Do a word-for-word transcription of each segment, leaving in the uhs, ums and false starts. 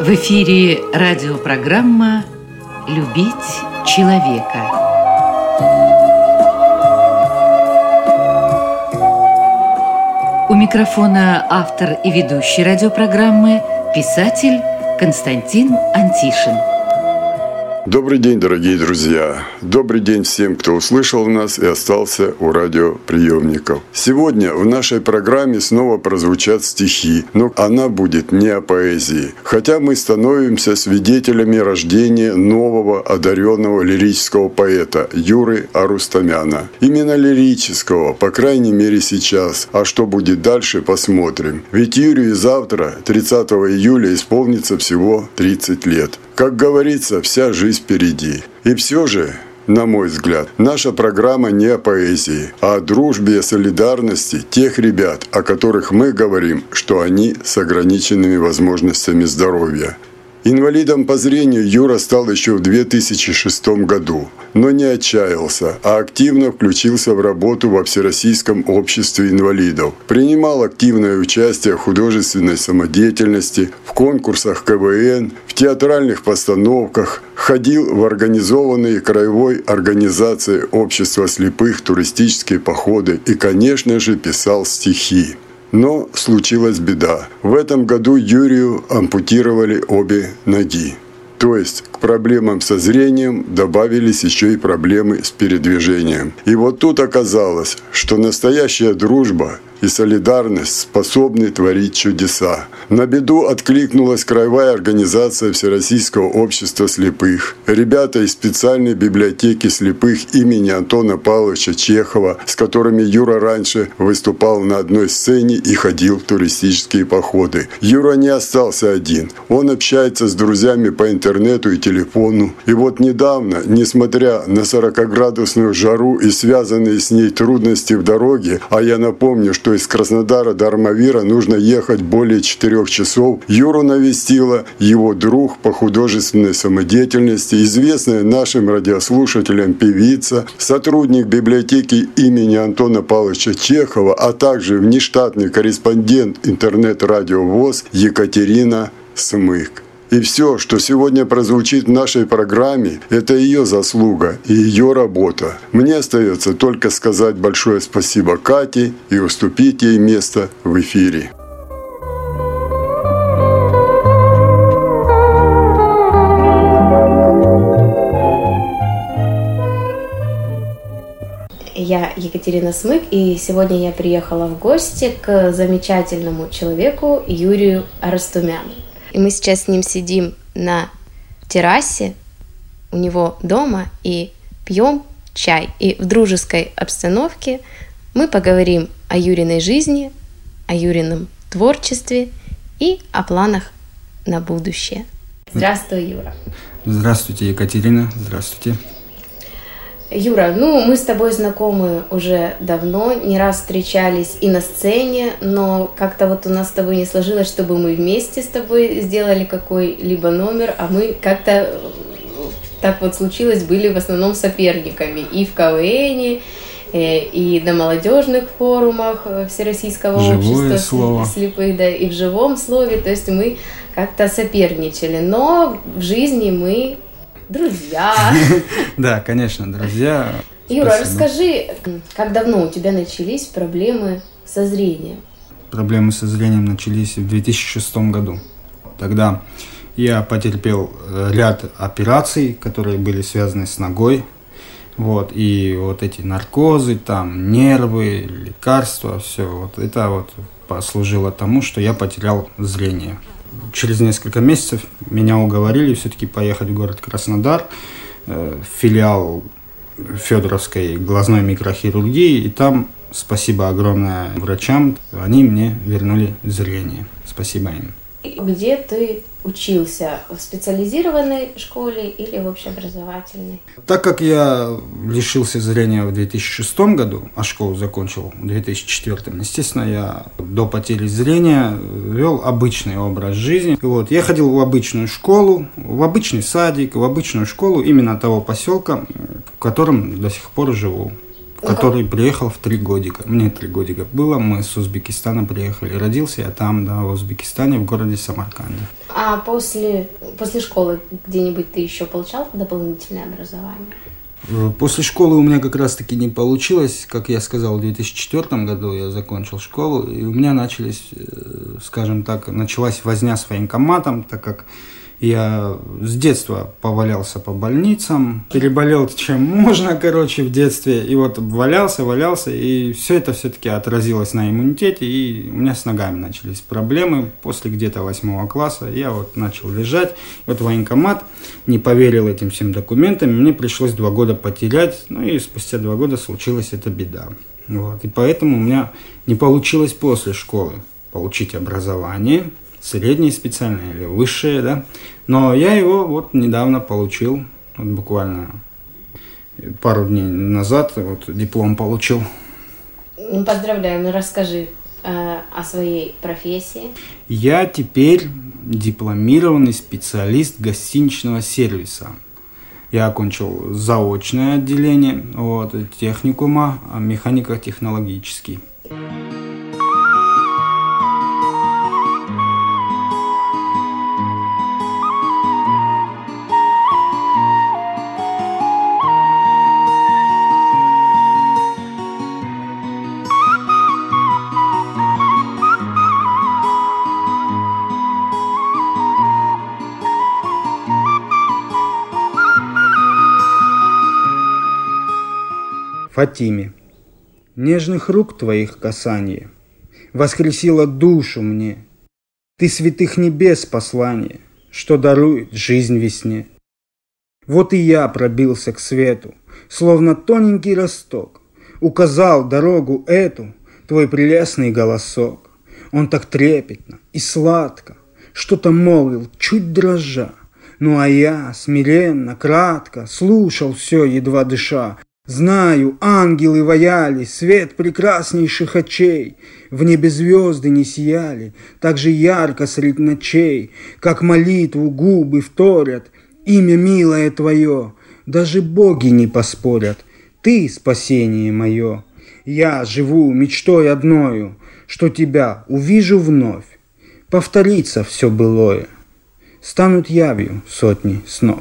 В эфире радиопрограмма «Любить человека». У микрофона автор и ведущий радиопрограммы писатель Константин Антишин. Добрый день, дорогие друзья! Добрый день всем, кто услышал нас и остался у радиоприемников. Сегодня в нашей программе снова прозвучат стихи, но она будет не о поэзии. Хотя мы становимся свидетелями рождения нового одаренного лирического поэта Юры Арустамяна. Именно лирического, по крайней мере сейчас. А что будет дальше, посмотрим. Ведь Юрию завтра, тридцатого июля, исполнится всего тридцать лет. Как говорится, вся жизнь впереди. И все же, на мой взгляд, наша программа не о поэзии, а о дружбе и солидарности тех ребят, о которых мы говорим, что они с ограниченными возможностями здоровья. Инвалидом по зрению Юра стал еще в две тысячи шестом году, но не отчаялся, а активно включился в работу во Всероссийском обществе инвалидов. Принимал активное участие в художественной самодеятельности, в конкурсах ка вэ эн, в театральных постановках, ходил в организованные краевой организацией общества слепых туристические походы и, конечно же, писал стихи. Но случилась беда. В этом году Юрию ампутировали обе ноги. То есть к проблемам со зрением добавились еще и проблемы с передвижением. И вот тут оказалось, что настоящая дружба и солидарность способны творить чудеса. На беду откликнулась краевая организация Всероссийского общества слепых. Ребята из специальной библиотеки слепых имени Антона Павловича Чехова, с которыми Юра раньше выступал на одной сцене и ходил в туристические походы. Юра не остался один. Он общается с друзьями по интернету и телефону. И вот недавно, несмотря на сорокаградусную жару и связанные с ней трудности в дороге, а я напомню, что из Краснодара до Армавира нужно ехать более четырех часов, Юру навестила его друг по художественной самодеятельности, известная нашим радиослушателям певица, сотрудник библиотеки имени Антона Павловича Чехова, а также внештатный корреспондент интернет-радио ВОС Екатерина Смык. И все, что сегодня прозвучит в нашей программе, это ее заслуга и ее работа. Мне остается только сказать большое спасибо Кате и уступить ей место в эфире. Я Екатерина Смык, и сегодня я приехала в гости к замечательному человеку Юрию Арустамяну. И мы сейчас с ним сидим на террасе у него дома и пьем чай. И в дружеской обстановке мы поговорим о Юриной жизни, о Юрином творчестве и о планах на будущее. Здравствуй, Юра. Здравствуйте, Екатерина. Здравствуйте. Юра, ну мы с тобой знакомы уже давно, не раз встречались и на сцене, но как-то вот у нас с тобой не сложилось, чтобы мы вместе с тобой сделали какой-либо номер, а мы как-то так вот случилось, были в основном соперниками и в ка вэ эне, и на молодежных форумах Всероссийского Живое общества слово. слепых, да, и в живом слове, то есть мы как-то соперничали, но в жизни мы друзья. Да, конечно, друзья. Юра, Спасибо. расскажи, как давно у тебя начались проблемы со зрением? Проблемы со зрением начались в две тысячи шестом году. Тогда я потерпел ряд операций, которые были связаны с ногой. Вот, и вот эти наркозы, там, нервы, лекарства, все. Вот это вот послужило тому, что я потерял зрение. Через несколько месяцев меня уговорили все-таки поехать в город Краснодар, в филиал Федоровской глазной микрохирургии, и там, спасибо огромное врачам, они мне вернули зрение. Спасибо им. Где ты учился? В специализированной школе или в общеобразовательной? Так как я лишился зрения в две тысячи шестом году, а школу закончил в две тысячи четвёртом, естественно, я до потери зрения вел обычный образ жизни. Вот, я ходил в обычную школу, в обычный садик, в обычную школу именно того поселка, в котором до сих пор живу. который приехал в три годика. Мне три годика было, мы с Узбекистана приехали. Родился я там, да, в Узбекистане, в городе Самарканде. А после, после школы где-нибудь ты еще получал дополнительное образование? После школы у меня как раз-таки не получилось. Как я сказал, в две тысячи четвёртом году я закончил школу, и у меня начались, скажем так, началась возня с военкоматом, так как я с детства повалялся по больницам, переболел чем можно, короче, в детстве, и вот валялся, валялся, и все это все-таки отразилось на иммунитете, и у меня с ногами начались проблемы. После где-то восьмого класса я вот начал лежать, вот военкомат не поверил этим всем документам, мне пришлось два года потерять, ну и спустя два года случилась эта беда. Вот, и поэтому у меня не получилось после школы получить образование, среднее специальное или высшее, да, но я его вот недавно получил, вот буквально пару дней назад вот диплом получил. Поздравляю, ну расскажи э, о своей профессии. Я теперь дипломированный специалист гостиничного сервиса. Я окончил заочное отделение вот, техникума механико-технологический. Фатиме, нежных рук твоих касание воскресило душу мне. Ты святых небес послание, что дарует жизнь весне. Вот и я пробился к свету, словно тоненький росток, указал дорогу эту твой прелестный голосок. Он так трепетно и сладко что-то молвил, чуть дрожа. Ну а я смиренно, кратко слушал все, едва дыша. Знаю, ангелы ваяли, свет прекраснейших очей, в небе звезды не сияли, так же ярко средь ночей, как молитву губы вторят, имя милое твое, даже боги не поспорят, ты спасение мое. Я живу мечтой одною, что тебя увижу вновь, повторится все былое, станут явью сотни снов.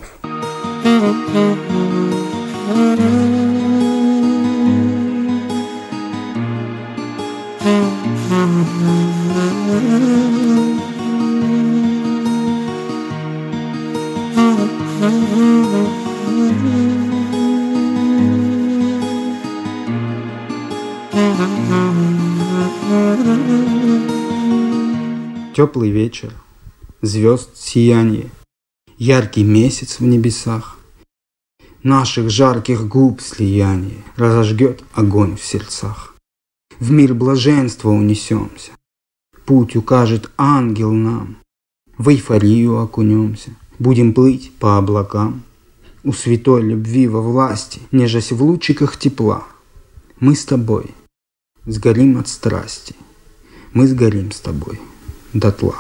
Теплый вечер, звезд сияние, яркий месяц в небесах, наших жарких губ слияние разожгет огонь в сердцах. В мир блаженства унесемся, путь укажет ангел нам, в эйфорию окунемся, будем плыть по облакам. У святой любви во власти, нежась в лучиках тепла, мы с тобой сгорим от страсти, мы сгорим с тобой дотла.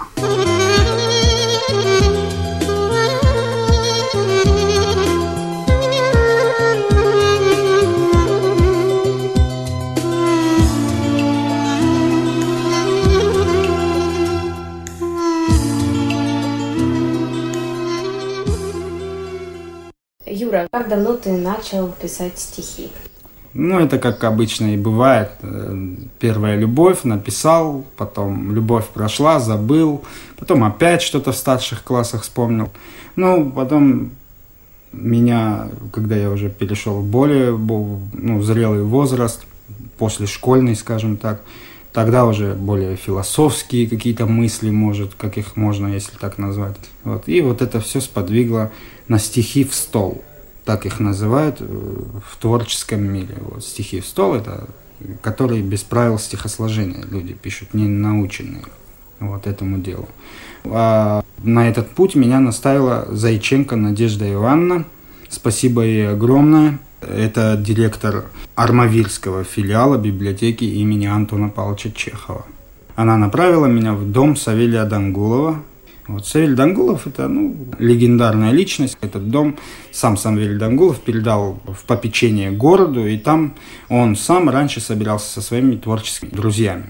Юра, как давно ты начал писать стихи? Ну, это как обычно и бывает. Первая любовь, написал, потом любовь прошла, забыл, потом опять что-то в старших классах вспомнил. Ну, потом меня, когда я уже перешел в более ну, зрелый возраст, после школьный, скажем так, тогда уже более философские какие-то мысли, может, как их можно, если так назвать. Вот. И вот это все сподвигло на стихи в стол. Так их называют в творческом мире. Вот, стихи в стол – это которые без правил стихосложения люди пишут, не наученные вот этому делу. А на этот путь меня наставила Зайченко Надежда Ивановна. Спасибо ей огромное. Это директор Армавирского филиала библиотеки имени Антона Павловича Чехова. Она направила меня в дом Савелия Дангулова, Вот. Савелий Дангулов – это ну, легендарная личность. Этот дом сам Савелий Дангулов передал в попечение городу, и там он сам раньше собирался со своими творческими друзьями.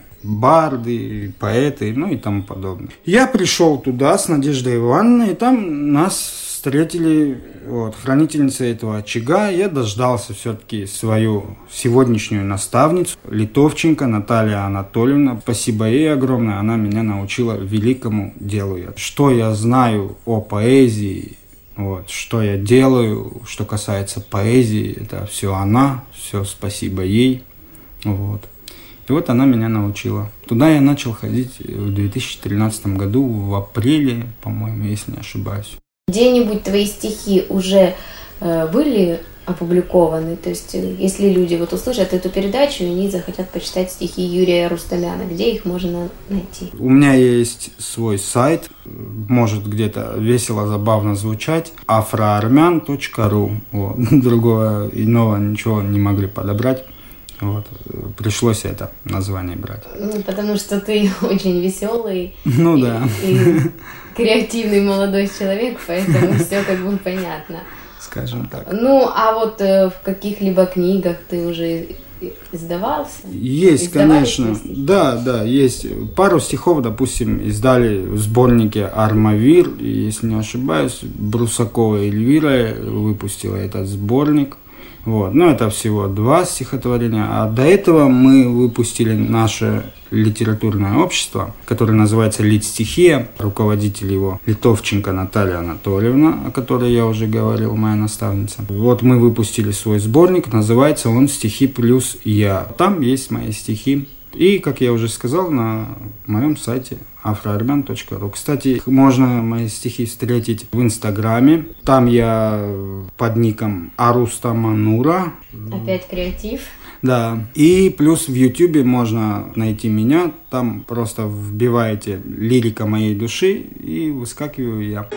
Барды, поэты, ну и тому подобное. Я пришел туда с Надеждой Ивановной, и там нас встретили вот, хранительница этого очага. Я дождался все-таки свою сегодняшнюю наставницу, Литовченко Наталья Анатольевна. Спасибо ей огромное, она меня научила великому делу. Что я знаю о поэзии, вот, что я делаю, что касается поэзии, это все она, все спасибо ей. Вот. И вот она меня научила. Туда я начал ходить в две тысячи тринадцатом году, в апреле, по-моему, если не ошибаюсь. Где-нибудь твои стихи уже э, были опубликованы? То есть, если люди вот услышат эту передачу, и они захотят почитать стихи Юрия Арустумяна, где их можно найти? У меня есть свой сайт, может где-то весело, забавно звучать, афроармян точка ру. Вот. Другого иного ничего не могли подобрать. Вот. Пришлось это название брать. Ну, потому что ты очень веселый ну, и, да. и креативный молодой человек, поэтому все как бы понятно. Скажем так. Ну, а вот э, в каких-либо книгах ты уже издавался? Есть, конечно. Да, да, есть. Пару стихов, допустим, издали в сборнике «Армавир», если не ошибаюсь, Брусакова Эльвира выпустила этот сборник. Вот. Но это всего два стихотворения. А до этого мы выпустили наше литературное общество, которое называется «Литстихия». Руководитель его Литовченко Наталья Анатольевна, о которой я уже говорил, моя наставница. Вот мы выпустили свой сборник, называется он «Стихи плюс я». Там есть мои стихи. И, как я уже сказал, на моем сайте афроармян точка ру. Кстати, можно мои стихи встретить в Инстаграме. Там я под ником Арустаманура. Опять креатив. Да. И плюс в Ютубе можно найти меня. Там просто вбиваете «Лирика моей души» и выскакиваю я.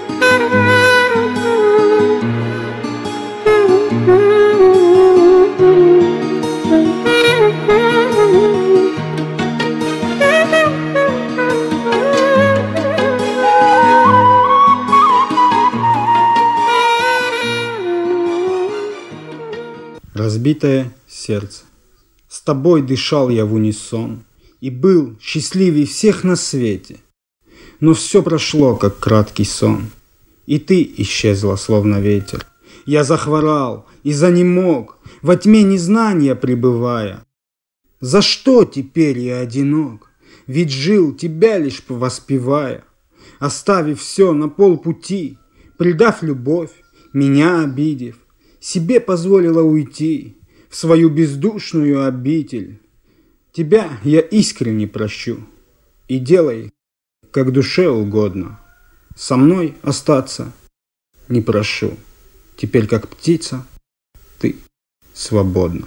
Разбитое сердце. С тобой дышал я в унисон и был счастливей всех на свете. Но все прошло, как краткий сон, и ты исчезла, словно ветер. Я захворал и занемог, во тьме незнания пребывая. За что теперь я одинок? Ведь жил тебя лишь воспевая. Оставив все на полпути, предав любовь, меня обидев, себе позволила уйти в свою бездушную обитель. Тебя я искренне прощу, и делай, как душе угодно. Со мной остаться не прошу. Теперь, как птица, ты свободна.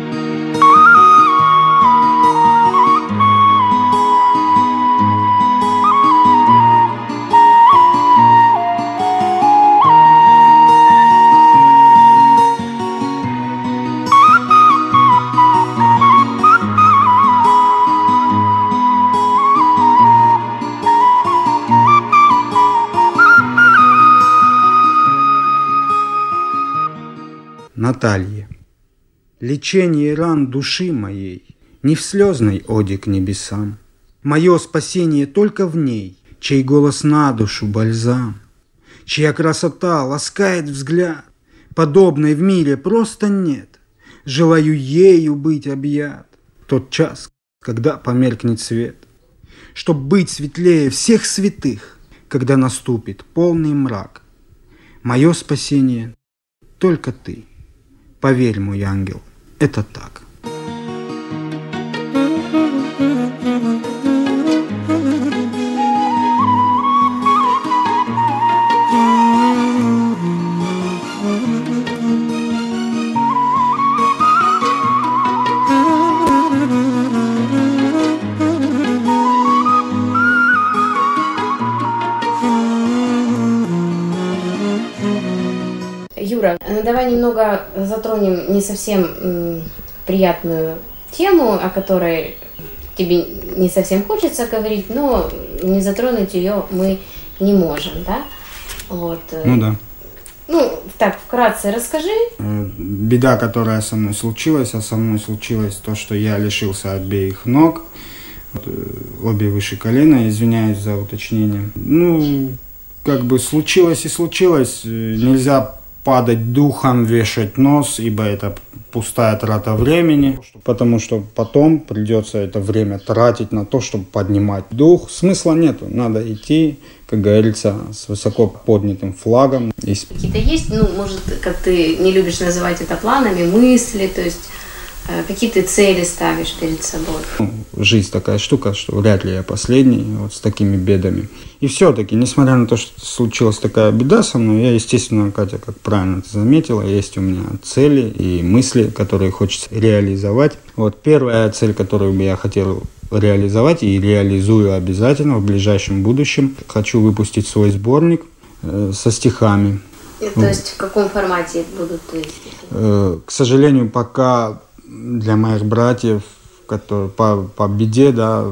Наталья. Лечение ран души моей не в слезной оде к небесам. Мое спасение только в ней, чей голос на душу бальзам, чья красота ласкает взгляд, подобной в мире просто нет. Желаю ею быть объят тот час, когда померкнет свет, чтоб быть светлее всех святых, когда наступит полный мрак. Мое спасение только ты. Поверь, мой ангел, это так. Юра, ну давай немного затронем не совсем м, приятную тему, о которой тебе не совсем хочется говорить, но не затронуть ее мы не можем, да? Вот. Ну да. Ну, так, вкратце расскажи. Беда, которая со мной случилась, а со мной случилось то, что я лишился обеих ног, обе выше колена, извиняюсь за уточнение. Ну, как бы случилось и случилось, нельзя падать духом, вешать нос, ибо это пустая трата времени, потому что потом придется это время тратить на то, чтобы поднимать дух. Смысла нету, надо идти, как говорится, с высоко поднятым флагом. Какие-то есть, ну, может, как ты не любишь называть это планами, мысли, то есть какие ты цели ставишь перед собой? Ну, жизнь такая штука, что вряд ли я последний вот с такими бедами. И все-таки, несмотря на то, что случилась такая беда со мной, я, естественно, Катя, как правильно ты заметила, есть у меня цели и мысли, которые хочется реализовать. Вот первая цель, которую бы я хотел реализовать и реализую обязательно в ближайшем будущем, хочу выпустить свой сборник э, со стихами. И, то есть в каком формате будут твои стихи? Э, к сожалению, пока для моих братьев, которые по, по беде, да,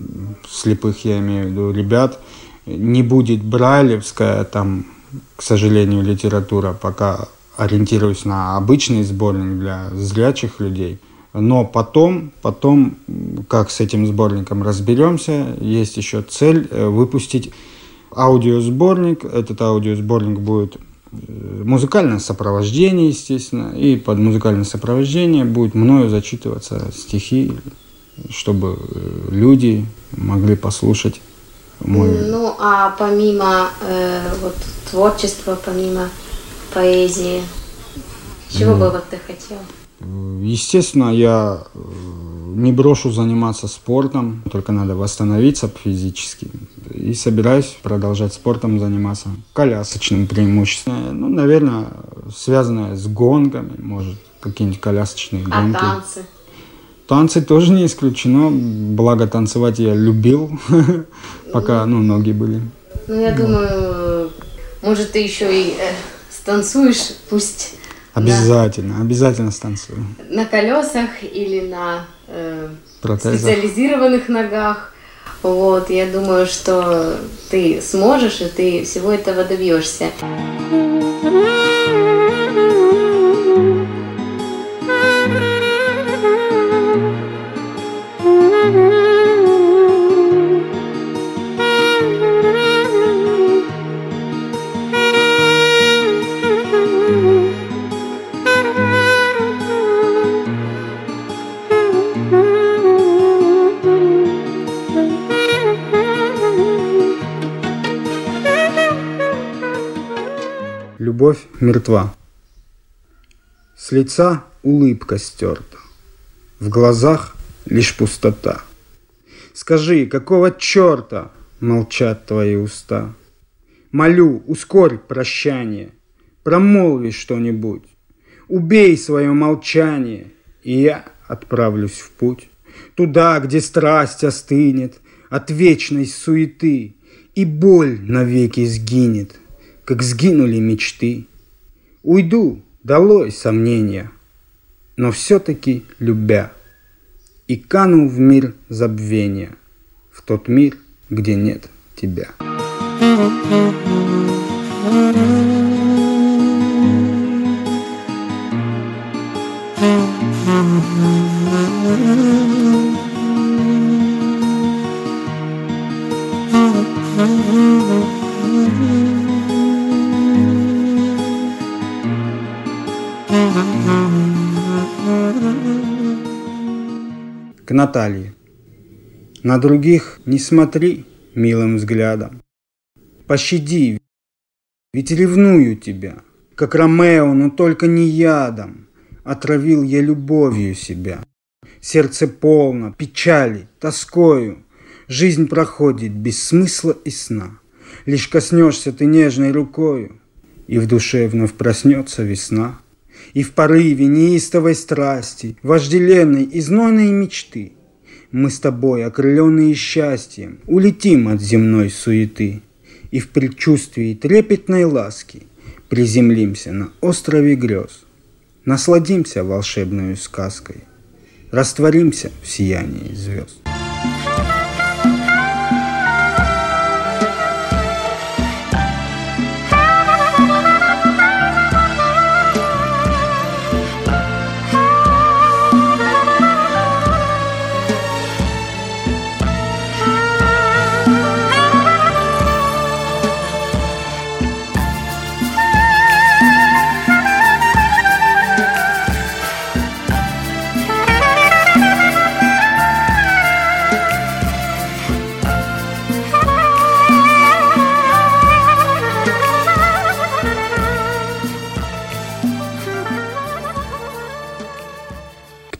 слепых я имею в виду, ребят, не будет брайлевская, там, к сожалению, литература, пока ориентируюсь на обычный сборник для зрячих людей. Но потом, потом, как с этим сборником разберемся, есть еще цель выпустить аудиосборник. Этот аудиосборник будет музыкальное сопровождение, естественно, и под музыкальное сопровождение будет мною зачитываться стихи, чтобы люди могли послушать мой... Ну, а помимо э, вот, творчества, помимо поэзии, чего mm. бы вот ты хотел? Естественно, я не брошу заниматься спортом, только надо восстановиться физически. И собираюсь продолжать спортом заниматься, колясочным преимуществом. Ну, наверное, связанное с гонками, может, какие-нибудь колясочные гонки. А танцы? Танцы тоже не исключено, благо танцевать я любил, пока ну, ноги были. Ну, я думаю, может, ты еще и станцуешь, пусть... Обязательно, на, обязательно станцую. На колесах или на э, специализированных ногах. Вот, я думаю, что ты сможешь, и ты всего этого добьешься. Любовь мертва. С лица улыбка стерта, в глазах лишь пустота. Скажи, какого черта молчат твои уста? Молю, ускорь прощание, промолви что-нибудь. Убей свое молчание, и я отправлюсь в путь. Туда, где страсть остынет от вечной суеты, и боль навеки сгинет, как сгинули мечты. Уйду, долой сомнения, но все-таки любя, и кану в мир забвения, в тот мир, где нет тебя. К Наталье. На других не смотри милым взглядом. Пощади, ведь ревную тебя, как Ромео, но только не ядом. Отравил я любовью себя. Сердце полно печали, тоскою. Жизнь проходит без смысла и сна. Лишь коснешься ты нежной рукою, и в душе вновь проснется весна. И в порыве неистовой страсти, вожделенной и знойной мечты, мы с тобой, окрыленные счастьем, улетим от земной суеты. И в предчувствии трепетной ласки приземлимся на острове грез. Насладимся волшебной сказкой, растворимся в сиянии звезд.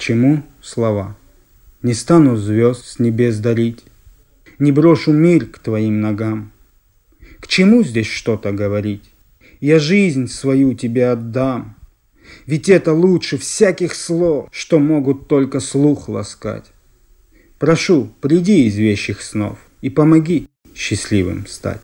чему слова? Не стану звезд с небес дарить, не брошу мир к твоим ногам. К чему здесь что-то говорить? Я жизнь свою тебе отдам. Ведь это лучше всяких слов, что могут только слух ласкать. Прошу, приди из вещих снов и помоги счастливым стать.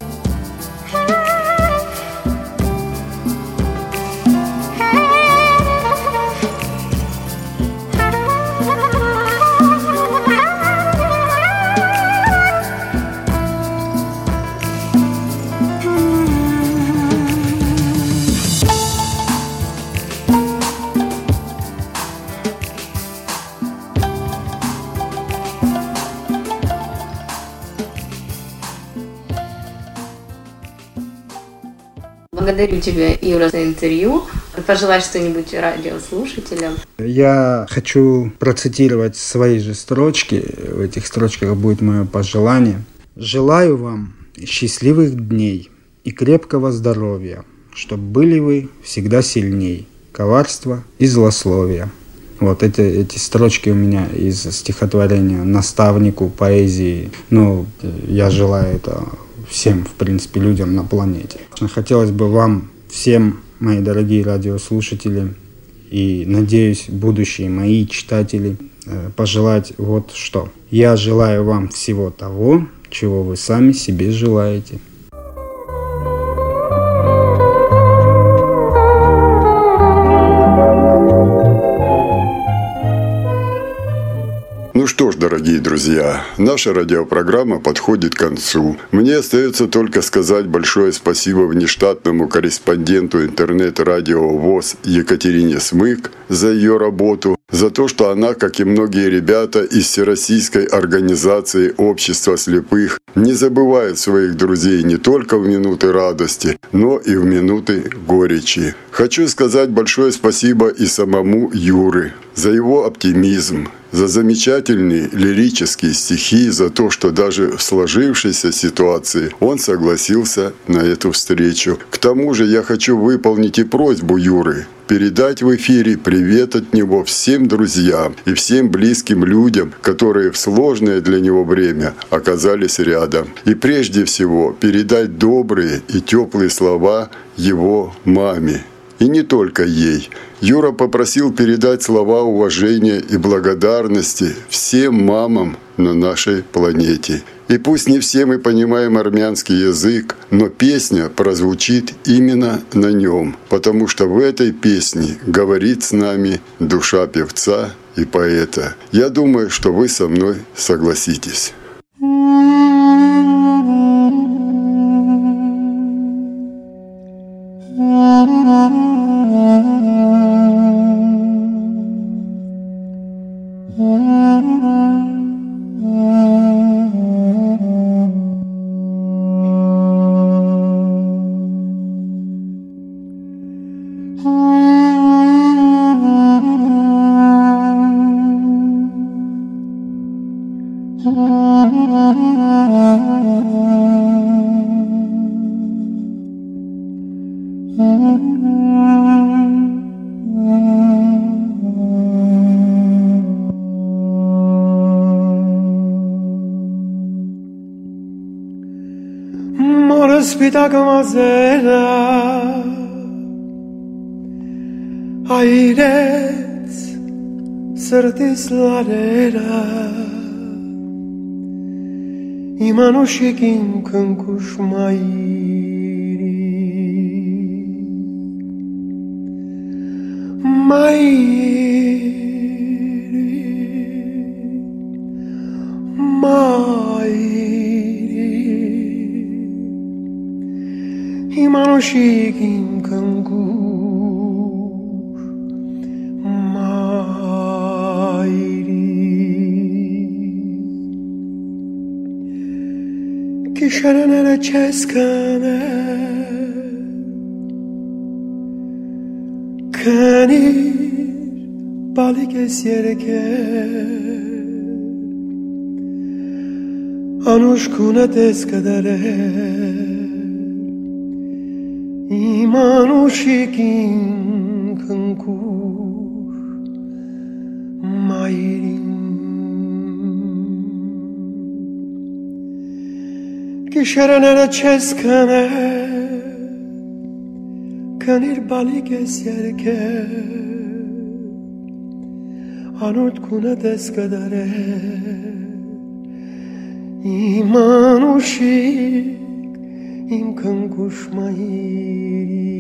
Благодарю тебя, Юра, за интервью. Пожелай что-нибудь радиослушателям. Я хочу процитировать свои же строчки. В этих строчках будет мое пожелание. Желаю вам счастливых дней и крепкого здоровья, чтобы были вы всегда сильней коварства и злословия. Вот эти, эти строчки у меня из стихотворения «Наставнику поэзии». Ну, я желаю это всем, в принципе, людям на планете. Хотелось бы вам всем, мои дорогие радиослушатели, и, надеюсь, будущие мои читатели, пожелать вот что. Я желаю вам всего того, чего вы сами себе желаете. Ну что ж, дорогие друзья, наша радиопрограмма подходит к концу. Мне остается только сказать большое спасибо внештатному корреспонденту интернет-радио ВОС Екатерине Смык за ее работу, за то, что она, как и многие ребята из Всероссийской организации общества слепых, не забывает своих друзей не только в минуты радости, но и в минуты горечи. Хочу сказать большое спасибо и самому Юре за его оптимизм, за замечательные лирические стихи, за то, что даже в сложившейся ситуации он согласился на эту встречу. К тому же я хочу выполнить и просьбу Юры, передать в эфире привет от него всем друзьям и всем близким людям, которые в сложное для него время оказались рядом. И прежде всего передать добрые и теплые слова его маме. И не только ей. Юра попросил передать слова уважения и благодарности всем мамам на нашей планете. И пусть не все мы понимаем армянский язык, но песня прозвучит именно на нем, потому что в этой песне говорит с нами душа певца и поэта. Я думаю, что вы со мной согласитесь. Սպիտակ մազերը այրեց սրտիս լարերը իմ անուշիկին քնքուշ մայրի մայրի մայրի Իմանուշիկին կնգուր մայրի Կիշարաները չես կաներ Կնիր բալիկ ես երեկեր Անուշ կունատ ես կդարեր Իմանուշիկին քնքուր Kisharanara cheskane Kanir balige sierke Anut kuna deskadare Imanushik imkan kushmairi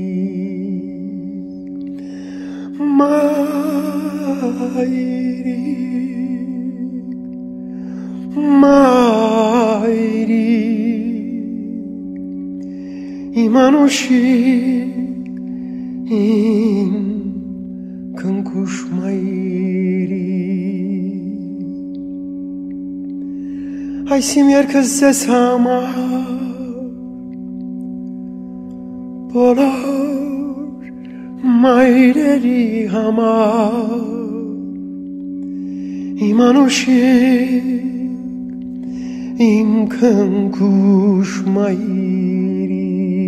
Mairi Mairi Imanushik imkan kushmairi Ay simyer kızze sama Polar mayreri hamar İmanushik imkan kushmairi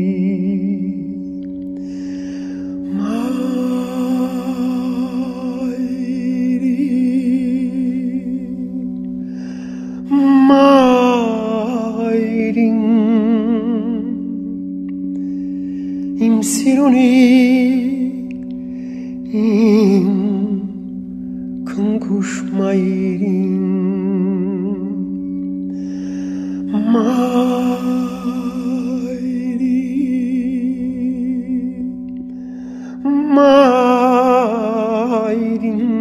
Mairi Mairin imsironi imkan kushmairin Mairi Mairin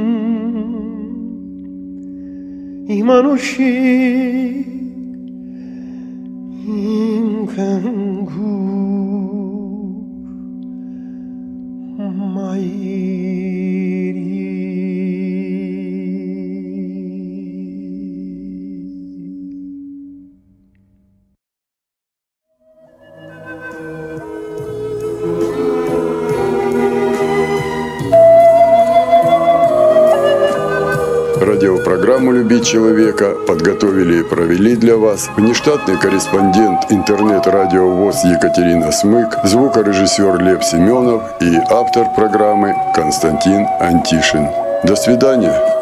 Imanushik imkan Радиопрограмму «Любить человека» подготовили и провели для вас внештатный корреспондент интернет-радио ВОС Екатерина Смык, звукорежиссер Лев Семенов и автор программы Константин Антишин. До свидания.